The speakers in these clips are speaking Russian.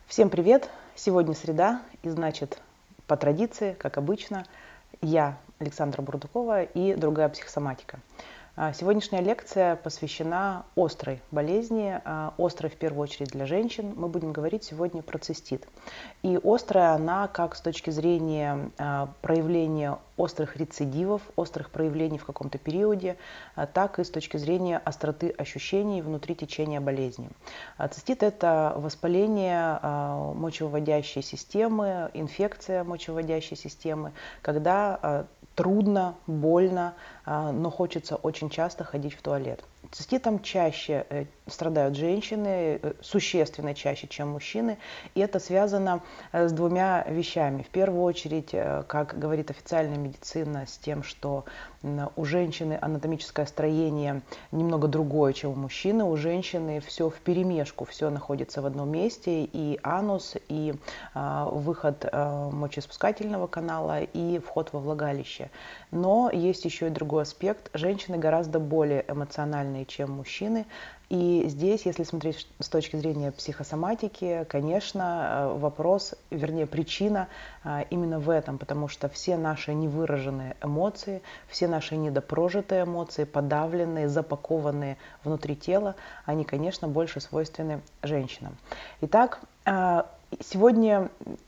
Всем привет! Сегодня среда, и значит, по традиции, как обычно, я, Александра Бурдукова, и другая психосоматика. Сегодняшняя лекция посвящена острой болезни, острой в первую очередь для женщин. Мы будем говорить сегодня про цистит. И острая она как с точки зрения проявления острых рецидивов, острых проявлений в каком-то периоде, так и с точки зрения остроты ощущений внутри течения болезни. Цистит – это воспаление мочевыводящей системы, инфекция мочевыводящей системы, когда трудно, больно, но хочется очень часто ходить в туалет. Циститом чаще страдают женщины, существенно чаще, чем мужчины, и это связано с двумя вещами. В первую очередь, как говорит официальная медицина, с тем, что у женщины анатомическое строение немного другое, чем у мужчины. У женщины все вперемешку, все находится в одном месте, и анус, и выход мочеиспускательного канала, и вход во влагалище. Но есть еще и другой аспект. Женщины гораздо более эмоциональные, чем мужчины. И здесь, если смотреть с точки зрения психосоматики, конечно, вопрос, вернее, причина именно в этом, потому что все наши невыраженные эмоции, все наши недопрожитые эмоции, подавленные, запакованные внутри тела, они, конечно, больше свойственны женщинам. Итак, сегодня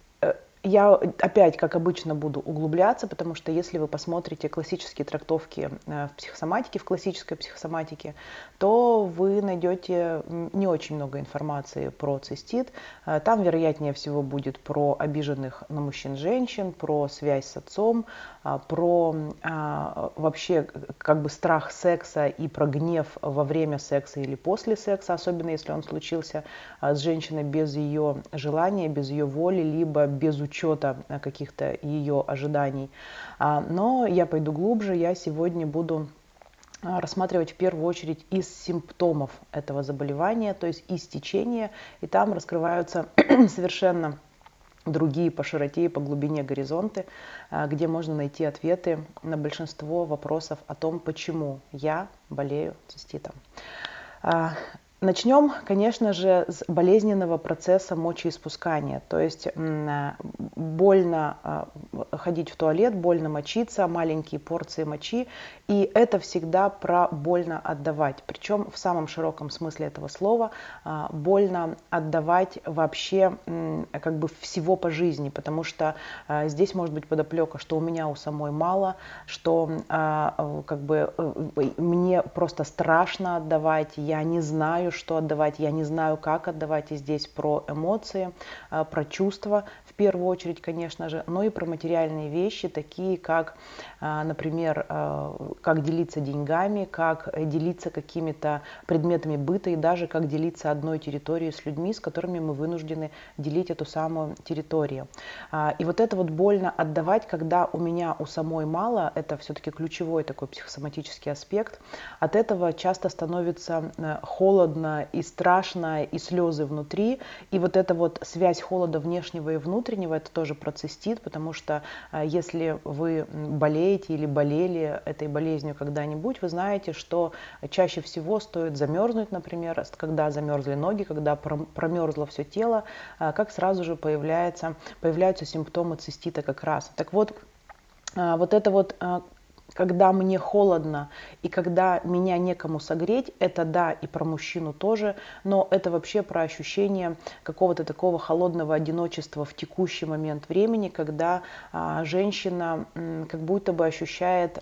я опять, как обычно, буду углубляться, потому что если вы посмотрите классические трактовки в психосоматике, в классической психосоматике, то вы найдете не очень много информации про цистит. Там, вероятнее всего, будет про обиженных на мужчин женщин, про связь с отцом, про вообще как бы страх секса и про гнев во время секса или после секса, особенно если он случился с женщиной без ее желания, без ее воли, либо без учета каких-то ее ожиданий. Но я пойду глубже, я сегодня буду рассматривать в первую очередь из симптомов этого заболевания, то есть из течения, и там раскрываются совершенно другие по широте и по глубине горизонты, где можно найти ответы на большинство вопросов о том, почему я болею циститом. Начнем, конечно же, с болезненного процесса мочеиспускания, то есть больно ходить в туалет, больно мочиться, маленькие порции мочи, и это всегда про больно отдавать, причем в самом широком смысле этого слова, больно отдавать вообще как бы всего по жизни, потому что здесь может быть подоплека, что у меня у самой мало, что как бы мне просто страшно отдавать, я не знаю, что отдавать, я не знаю, как отдавать, и здесь про эмоции, про чувства в первую очередь, конечно же, но и про материальные вещи, такие как, например, как делиться деньгами, как делиться какими-то предметами быта и даже как делиться одной территорией с людьми, с которыми мы вынуждены делить эту самую территорию. И вот это вот больно отдавать, когда у меня у самой мало, это все-таки ключевой такой психосоматический аспект, от этого часто становится холодно и страшно, и слезы внутри, и вот эта вот связь холода внешнего и внутреннего, это тоже про цистит, потому что если вы болеете или болели этой болезнью когда-нибудь, вы знаете, что чаще всего стоит замерзнуть, например, когда замерзли ноги, когда промерзло все тело, как сразу же появляются симптомы цистита как раз. Так вот, вот это вот когда мне холодно и когда меня некому согреть, это да, и про мужчину тоже, но это вообще про ощущение какого-то такого холодного одиночества в текущий момент времени, когда женщина как будто бы ощущает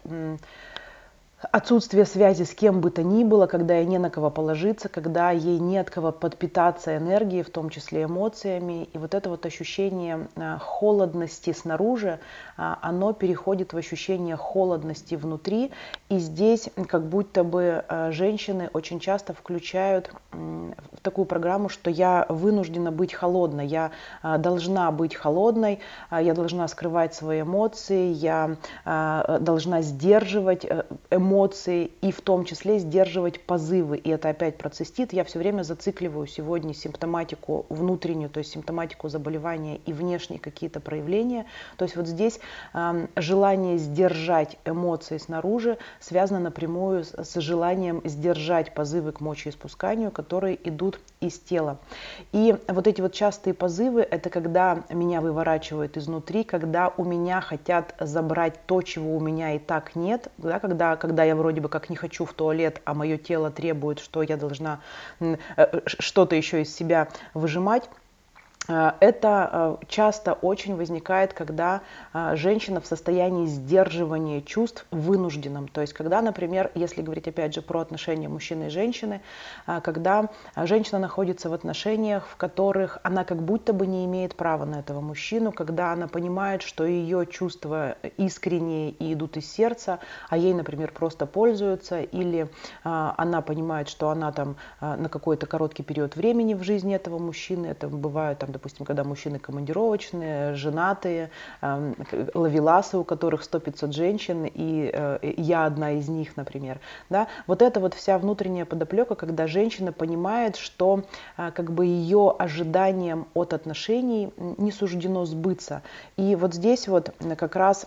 отсутствие связи с кем бы то ни было, когда ей не на кого положиться, когда ей не от кого подпитаться энергией, в том числе эмоциями. И вот это вот ощущение холодности снаружи, оно переходит в ощущение холодности внутри. И здесь как будто бы женщины очень часто включают в такую программу, что я вынуждена быть холодной, я должна быть холодной, я должна скрывать свои эмоции, я должна сдерживать эмоции, эмоции и в том числе сдерживать позывы. И это опять про цистит. Я все время зацикливаю сегодня симптоматику внутреннюю, то есть симптоматику заболевания и внешние какие-то проявления. То есть вот здесь желание сдержать эмоции снаружи связано напрямую с желанием сдержать позывы к мочеиспусканию, которые идут из тела. И вот эти вот частые позывы, это когда меня выворачивают изнутри, когда у меня хотят забрать то, чего у меня и так нет, да, когда я вроде бы как не хочу в туалет, а мое тело требует, что я должна что-то еще из себя выжимать. Это часто очень возникает, когда женщина в состоянии сдерживания чувств вынужденном. То есть, когда, например, если говорить опять же про отношения мужчины и женщины, когда женщина находится в отношениях, в которых она как будто бы не имеет права на этого мужчину, когда она понимает, что ее чувства искренние и идут из сердца, а ей, например, просто пользуются, или она понимает, что она там на какой-то короткий период времени в жизни этого мужчины, это бывают там, допустим, когда мужчины командировочные, женатые, ловеласы, у которых 100-500 женщин, и я одна из них, например. Да? Вот это вот вся внутренняя подоплека, когда женщина понимает, что как бы ее ожиданиям от отношений не суждено сбыться. И вот здесь вот как раз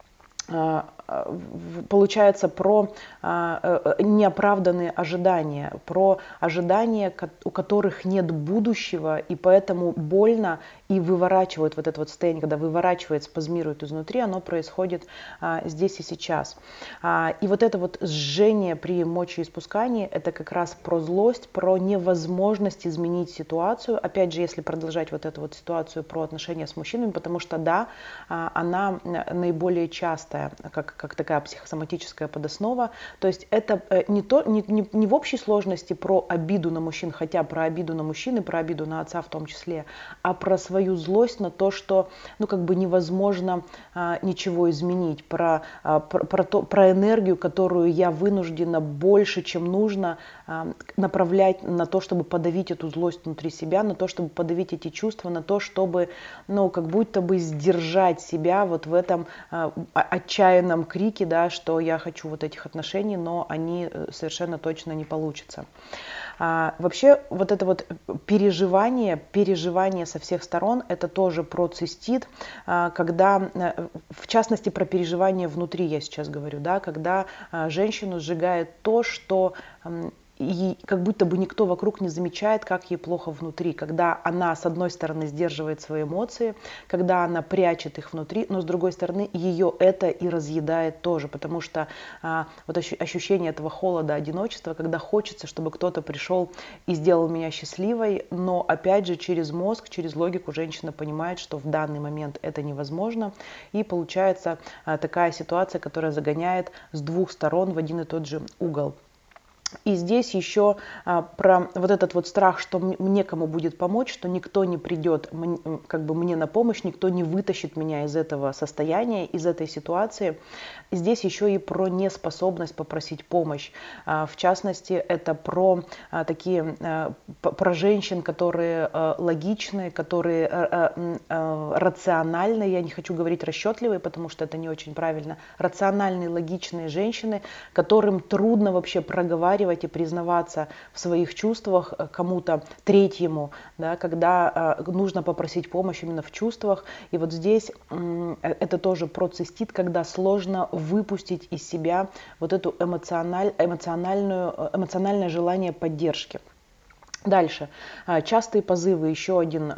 получается про неоправданные ожидания, про ожидания, у которых нет будущего, и поэтому больно и выворачивают вот это вот состояние, когда выворачивает, спазмирует изнутри, оно происходит здесь и сейчас. И вот это вот жжение при мочеиспускании, это как раз про злость, про невозможность изменить ситуацию. Опять же, если продолжать вот эту вот ситуацию про отношения с мужчинами, потому что да, она наиболее частая, как такая психосоматическая подоснова. То есть это не в общей сложности про обиду на мужчин, хотя про обиду на мужчин и про обиду на отца в том числе, а про свою злость на то, что как бы невозможно ничего изменить, про энергию, которую я вынуждена больше, чем нужно, направлять на то, чтобы подавить эту злость внутри себя, на то, чтобы подавить эти чувства, на то, чтобы как будто бы сдержать себя вот в этом отчаянном крике, да, что я хочу вот этих отношений, но они совершенно точно не получатся. Вообще вот это вот переживание со всех сторон, это тоже про цистит, когда, в частности, про переживание внутри я сейчас говорю, да, когда женщину сжигает то, что и как будто бы никто вокруг не замечает, как ей плохо внутри, когда она, с одной стороны, сдерживает свои эмоции, когда она прячет их внутри, но с другой стороны, ее это и разъедает тоже, потому что вот ощущение этого холода, одиночества, когда хочется, чтобы кто-то пришел и сделал меня счастливой, но опять же через мозг, через логику женщина понимает, что в данный момент это невозможно, и получается такая ситуация, которая загоняет с двух сторон в один и тот же угол. И здесь еще про вот этот вот страх, что некому будет помочь, что никто не придет как бы мне на помощь, никто не вытащит меня из этого состояния, из этой ситуации. Здесь еще и про неспособность попросить помощь. В частности, это про про женщин, которые логичные, которые рациональные, я не хочу говорить расчетливые, потому что это не очень правильно, рациональные, логичные женщины, которым трудно вообще проговаривать и признаваться в своих чувствах кому-то третьему, да, когда нужно попросить помощь именно в чувствах. И вот здесь это тоже про цистит, когда сложно выпустить из себя вот эту эмоциональное желание поддержки. Дальше. Частые позывы, еще один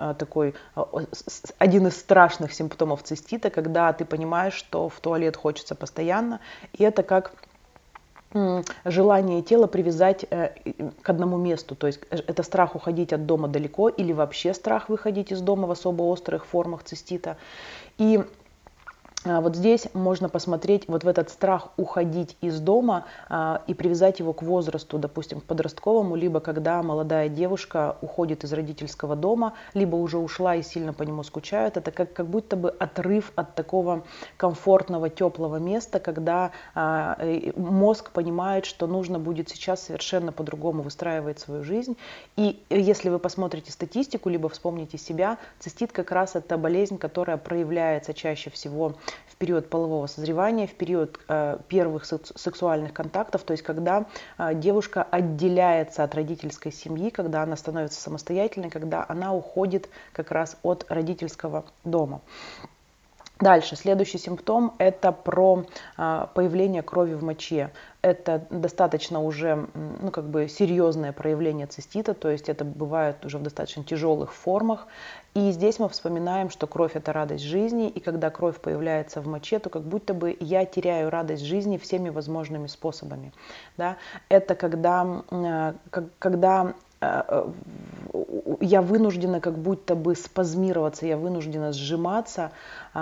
из страшных симптомов цистита, когда ты понимаешь, что в туалет хочется постоянно, и это как желание тела привязать к одному месту, то есть это страх уходить от дома далеко или вообще страх выходить из дома в особо острых формах цистита. И вот здесь можно посмотреть вот в этот страх уходить из дома и привязать его к возрасту, допустим, к подростковому, либо когда молодая девушка уходит из родительского дома, либо уже ушла и сильно по нему скучает. Это как будто бы отрыв от такого комфортного, теплого места, когда мозг понимает, что нужно будет сейчас совершенно по-другому выстраивать свою жизнь. И если вы посмотрите статистику, либо вспомните себя, цистит как раз это болезнь, которая проявляется чаще всего в период полового созревания, в период первых сексуальных контактов, то есть когда девушка отделяется от родительской семьи, когда она становится самостоятельной, когда она уходит как раз от родительского дома. Дальше, следующий симптом – это про появление крови в моче. Это достаточно уже серьезное проявление цистита, то есть это бывает уже в достаточно тяжелых формах. И здесь мы вспоминаем, что кровь – это радость жизни, и когда кровь появляется в моче, то как будто бы я теряю радость жизни всеми возможными способами. Да? Это когда я вынуждена как будто бы спазмироваться, я вынуждена сжиматься,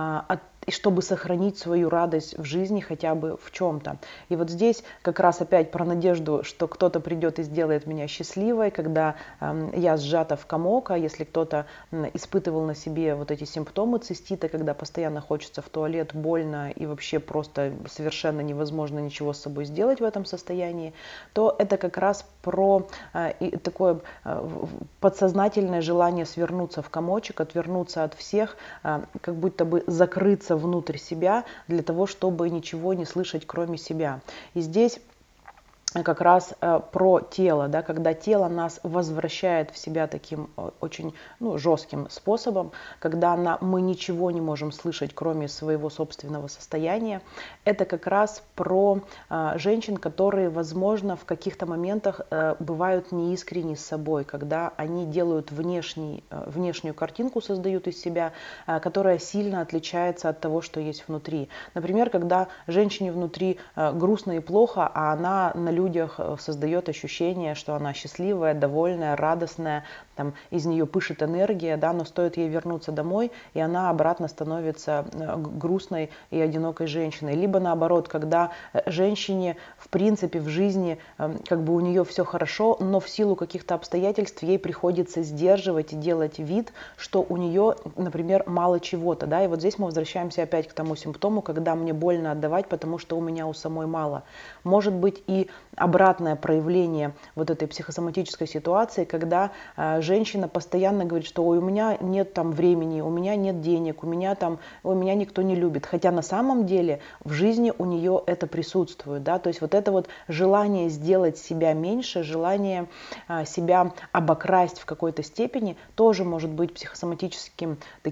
чтобы сохранить свою радость в жизни хотя бы в чем-то. И вот здесь как раз опять про надежду, что кто-то придет и сделает меня счастливой, когда я сжата в комок, а если кто-то испытывал на себе вот эти симптомы цистита, когда постоянно хочется в туалет, больно и вообще просто совершенно невозможно ничего с собой сделать в этом состоянии, то это как раз про такое подсознательное желание свернуться в комочек, отвернуться от всех, как будто бы закрыться внутрь себя для того, чтобы ничего не слышать, кроме себя. И здесь как раз про тело, да, когда тело нас возвращает в себя таким очень жестким способом, когда мы ничего не можем слышать, кроме своего собственного состояния. Это как раз про женщин, которые, возможно, в каких-то моментах бывают неискренни с собой, когда они делают внешнюю картинку, создают из себя, которая сильно отличается от того, что есть внутри. Например, когда женщине внутри грустно и плохо, а она на людях создает ощущение, что она счастливая, довольная, радостная, там, из нее пышет энергия, да, но стоит ей вернуться домой, и она обратно становится грустной и одинокой женщиной. Либо наоборот, когда женщине в принципе в жизни как бы у нее все хорошо, но в силу каких-то обстоятельств ей приходится сдерживать и делать вид, что у нее, например, мало чего-то. Да? И вот здесь мы возвращаемся опять к тому симптому, когда мне больно отдавать, потому что у меня у самой мало. Может быть и обратное проявление вот этой психосоматической ситуации, когда женщина постоянно говорит, что ой, у меня нет там времени, у меня нет денег, у меня никто не любит. Хотя на самом деле в жизни у нее это присутствует. Да? То есть вот это вот желание сделать себя меньше, желание себя обокрасть в какой-то степени тоже может быть психосоматической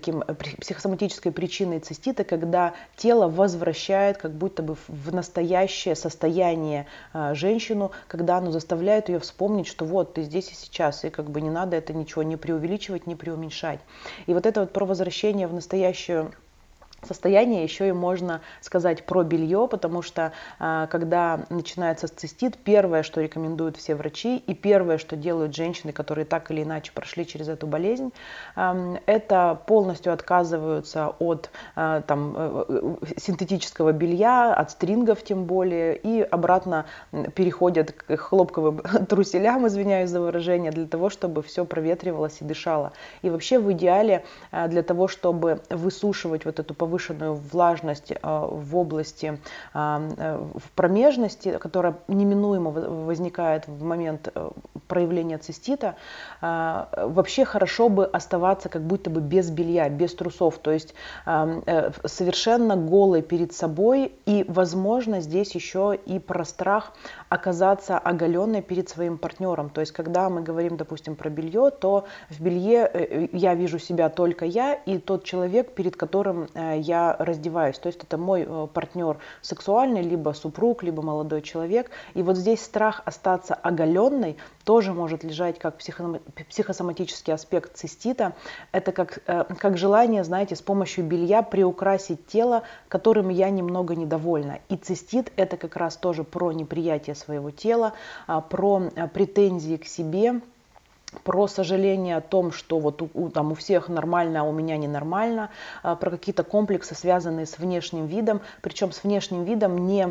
причиной цистита, когда тело возвращает как будто бы в настоящее состояние женщину, когда оно заставляет ее вспомнить, что вот ты здесь и сейчас, и как бы не надо это ничего не преувеличивать, не преуменьшать. И вот это вот про возвращение в настоящее состояние еще и можно сказать про белье, потому что когда начинается цистит, первое, что рекомендуют все врачи, и первое, что делают женщины, которые так или иначе прошли через эту болезнь, это полностью отказываются от синтетического белья, от стрингов тем более, и обратно переходят к хлопковым труселям, извиняюсь за выражение, для того, чтобы все проветривалось и дышало. И вообще в идеале для того, чтобы высушивать вот эту повышенную влажность в области в промежности, которая неминуемо возникает в момент проявления цистита, вообще хорошо бы оставаться как будто бы без белья, без трусов, то есть совершенно голой перед собой, и возможно здесь еще и про страх оказаться оголенной перед своим партнером. То есть когда мы говорим, допустим, про белье, то в белье я вижу себя только я и тот человек, перед которым я раздеваюсь. То есть это мой партнер сексуальный, либо супруг, либо молодой человек. И вот здесь страх остаться оголенной тоже может лежать как психосоматический аспект цистита. Это как желание, знаете, с помощью белья приукрасить тело, которым я немного недовольна. И цистит – это как раз тоже про неприятие своего тела, про претензии к себе, про сожаление о том, что вот у всех нормально, а у меня ненормально, про какие-то комплексы, связанные с внешним видом, причем с внешним видом не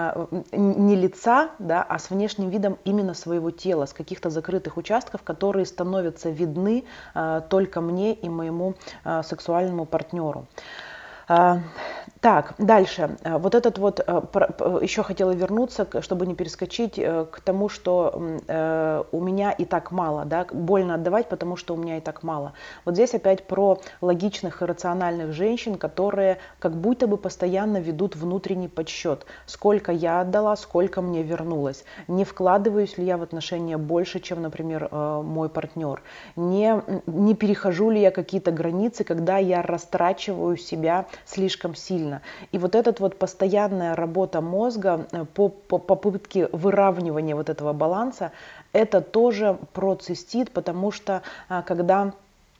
лица, да, а с внешним видом именно своего тела, с каких-то закрытых участков, которые становятся видны только мне и моему сексуальному партнеру. Так, дальше. Вот этот вот, еще хотела вернуться, чтобы не перескочить к тому, что у меня и так мало, да, больно отдавать, потому что у меня и так мало. Вот здесь опять про логичных и рациональных женщин, которые как будто бы постоянно ведут внутренний подсчет. Сколько я отдала, сколько мне вернулось. Не вкладываюсь ли я в отношения больше, чем, например, мой партнер. Не перехожу ли я какие-то границы, когда я растрачиваю себя слишком сильно. И вот эта вот постоянная работа мозга по попытке выравнивания вот этого баланса, это тоже про цистит, потому что когда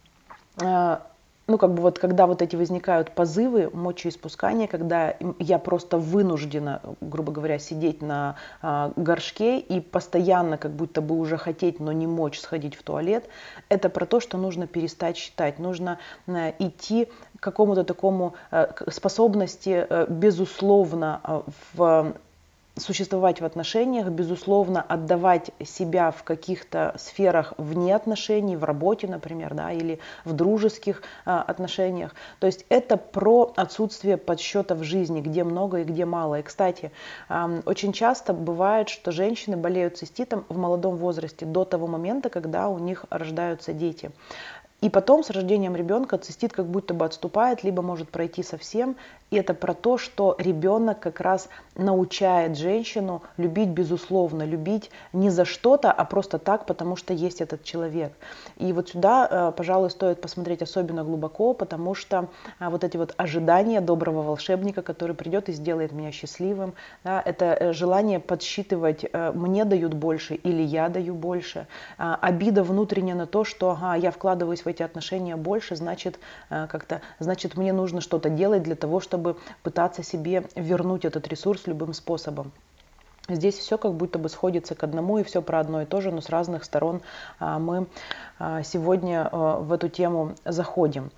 ну, как бы вот, когда вот эти возникают позывы, мочеиспускания, когда я просто вынуждена, грубо говоря, сидеть на горшке и постоянно как будто бы уже хотеть, но не мочь сходить в туалет, это про то, что нужно перестать считать, нужно идти к какому-то такому способности, безусловно, существовать в отношениях, безусловно, отдавать себя в каких-то сферах вне отношений, в работе, например, да, или в дружеских отношениях. То есть это про отсутствие подсчета в жизни, где много и где мало. И, кстати, очень часто бывает, что женщины болеют циститом в молодом возрасте, до того момента, когда у них рождаются дети. И потом с рождением ребенка цистит как будто бы отступает, либо может пройти совсем. И это про то, что ребенок как раз научает женщину любить безусловно, любить не за что-то, а просто так, потому что есть этот человек. И вот сюда, пожалуй, стоит посмотреть особенно глубоко, потому что вот эти вот ожидания доброго волшебника, который придет и сделает меня счастливым, да, это желание подсчитывать, мне дают больше или я даю больше, обида внутренняя на то, что ага, я вкладываюсь в эти отношения больше, значит, значит, мне нужно что-то делать для того, чтобы пытаться себе вернуть этот ресурс любым способом. Здесь все как будто бы сходится к одному, и все про одно и то же, но с разных сторон мы сегодня в эту тему заходим.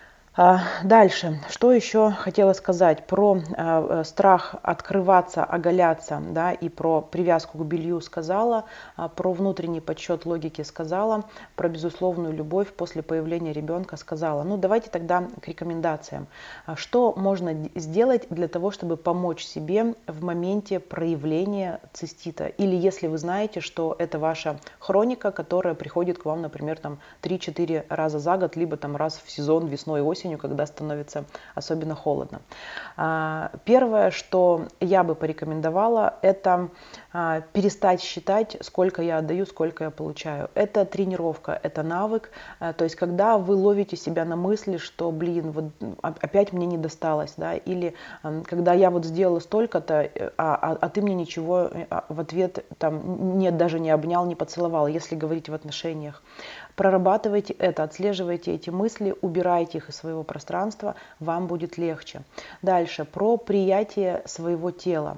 Дальше, что еще хотела сказать про страх открываться, оголяться, да, и про привязку к белью сказала, про внутренний подсчет логики сказала, про безусловную любовь после появления ребенка сказала. Ну, давайте тогда к рекомендациям. Что можно сделать для того, чтобы помочь себе в моменте проявления цистита? Или если вы знаете, что это ваша хроника, которая приходит к вам, например, там 3-4 раза за год, либо там раз в сезон, весной, осенью, когда становится особенно холодно. Первое, что я бы порекомендовала, это перестать считать, сколько я отдаю, сколько я получаю. Это тренировка, это навык. То есть, когда вы ловите себя на мысли, что, блин, вот опять мне не досталось, да, или когда я вот сделала столько-то, а ты мне ничего в ответ там нет, даже не обнял, не поцеловал, если говорить в отношениях. Прорабатывайте это, отслеживайте эти мысли, убирайте их из своего пространства, вам будет легче. Дальше, про приятие своего тела.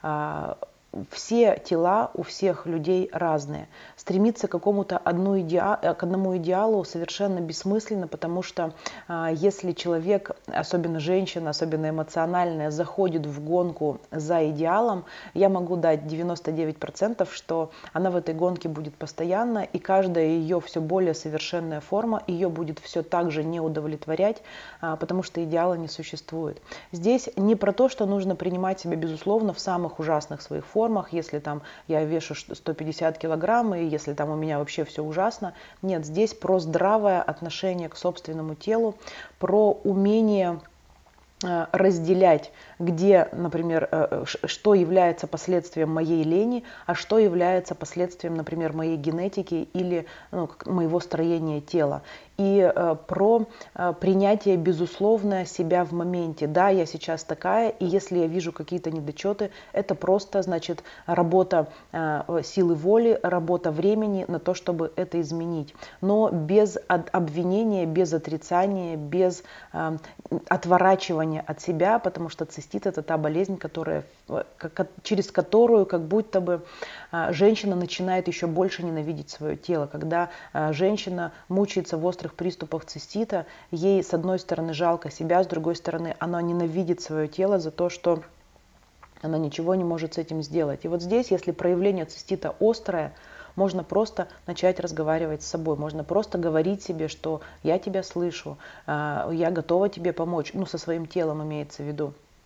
Все тела у всех людей разные. Стремиться к какому-то одному идеалу совершенно бессмысленно, потому что если человек, особенно женщина, особенно эмоциональная, заходит в гонку за идеалом, я могу дать 99%, что она в этой гонке будет постоянно, и каждая ее все более совершенная форма ее будет все так же не удовлетворять, потому что идеала не существует. Здесь не про то, что нужно принимать себя, безусловно, в самых ужасных своих формах, если там я вешу 150 килограмм, и если там у меня вообще все ужасно. Нет, здесь про здравое отношение к собственному телу, про умение разделять, где, например, что является последствием моей лени, а что является последствием, например, моей генетики или моего строения тела. И про принятие безусловное себя в моменте. Да, я сейчас такая, и если я вижу какие-то недочеты, это просто, значит, работа силы воли, работа времени на то, чтобы это изменить. Но без обвинения, без отрицания, без отворачивания от себя, потому что цистит – это та болезнь, через которую как будто бы женщина начинает еще больше ненавидеть свое тело. Когда женщина мучается в острых приступах цистита, ей с одной стороны жалко себя, с другой стороны она ненавидит свое тело за то, что она ничего не может с этим сделать. И вот здесь, если проявление цистита острое, можно просто начать разговаривать с собой, можно просто говорить себе, что я тебя слышу, я готова тебе помочь, со своим телом имеется в виду.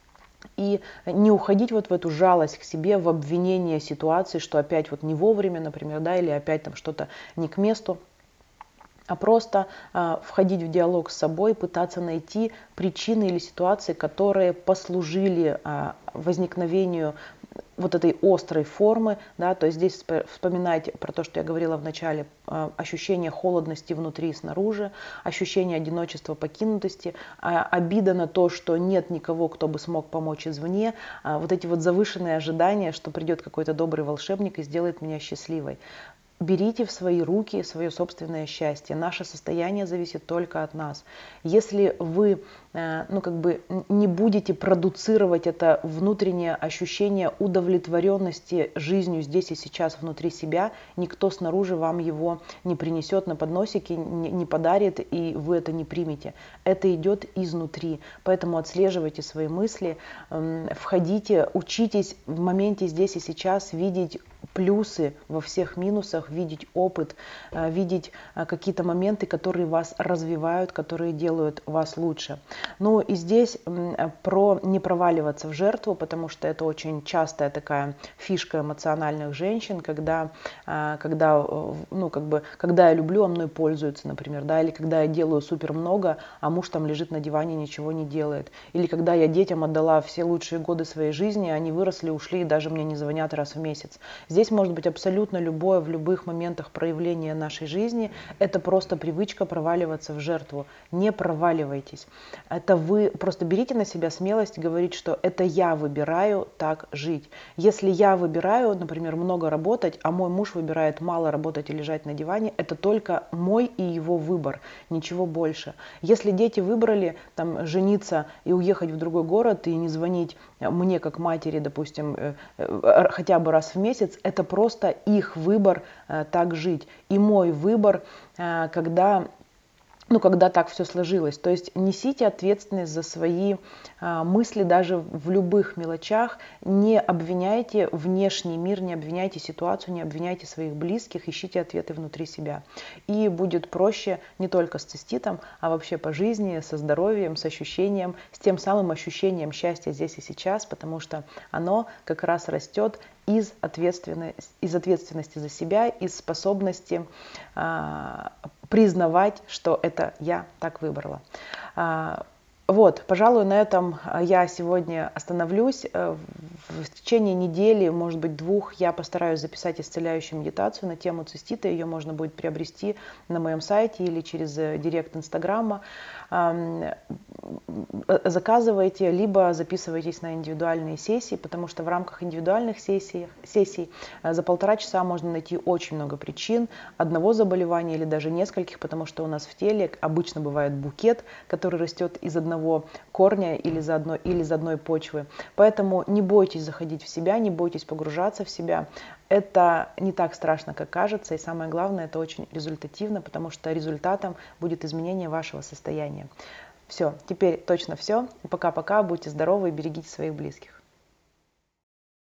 И не уходить вот в эту жалость к себе, в обвинение ситуации, что опять вот не вовремя, например, да, или опять там что-то не к месту, а просто входить в диалог с собой, пытаться найти причины или ситуации, которые послужили возникновению вот этой острой формы, да, то есть здесь вспоминать про то, что я говорила в начале, ощущение холодности внутри и снаружи, ощущение одиночества, покинутости, обида на то, что нет никого, кто бы смог помочь извне, вот эти вот завышенные ожидания, что придет какой-то добрый волшебник и сделает меня счастливой. Берите в свои руки свое собственное счастье. Наше состояние зависит только от нас. Если вы не будете продуцировать это внутреннее ощущение удовлетворенности жизнью здесь и сейчас внутри себя, никто снаружи вам его не принесет на подносике, не подарит, и вы это не примете. Это идет изнутри. Поэтому отслеживайте свои мысли, входите, учитесь в моменте здесь и сейчас видеть плюсы во всех минусах, видеть опыт, видеть какие-то моменты, которые вас развивают, которые делают вас лучше. Ну и здесь про не проваливаться в жертву, потому что это очень частая такая фишка эмоциональных женщин, когда я люблю, а мной пользуются, например, да, или когда я делаю супер много, а муж там лежит на диване, ничего не делает. Или когда я детям отдала все лучшие годы своей жизни, они выросли, ушли и даже мне не звонят раз в месяц. Здесь может быть абсолютно любое в любых моментах проявления нашей жизни. Это просто привычка проваливаться в жертву. Не проваливайтесь. Это вы просто берите на себя смелость говорить, что это я выбираю так жить. Если я выбираю, например, много работать, а мой муж выбирает мало работать и лежать на диване, это только мой и его выбор, ничего больше. Если дети выбрали там, жениться и уехать в другой город и не звонить мне как матери, допустим, хотя бы раз в месяц, это просто их выбор так жить. И мой выбор, когда так все сложилось. То есть несите ответственность за свои мысли даже в любых мелочах. Не обвиняйте внешний мир, не обвиняйте ситуацию, не обвиняйте своих близких, ищите ответы внутри себя. И будет проще не только с циститом, а вообще по жизни, со здоровьем, с ощущением, с тем самым ощущением счастья здесь и сейчас, потому что оно как раз растет из ответственности за себя, из способности признавать, что это я так выбрала. Вот, пожалуй, на этом я сегодня остановлюсь. В течение недели, может быть, 2, я постараюсь записать исцеляющую медитацию на тему цистита. Ее можно будет приобрести на моем сайте или через директ Инстаграма. Заказывайте, либо записывайтесь на индивидуальные сессии, потому что в рамках индивидуальных сессий за 1,5 часа можно найти очень много причин одного заболевания или даже нескольких, потому что у нас в теле обычно бывает букет, который растет из одного корня или из одной почвы. Поэтому не бойтесь заходить в себя, не бойтесь погружаться в себя. Это не так страшно, как кажется, и самое главное, это очень результативно, потому что результатом будет изменение вашего состояния. Все, теперь точно все. Пока-пока, будьте здоровы и берегите своих близких.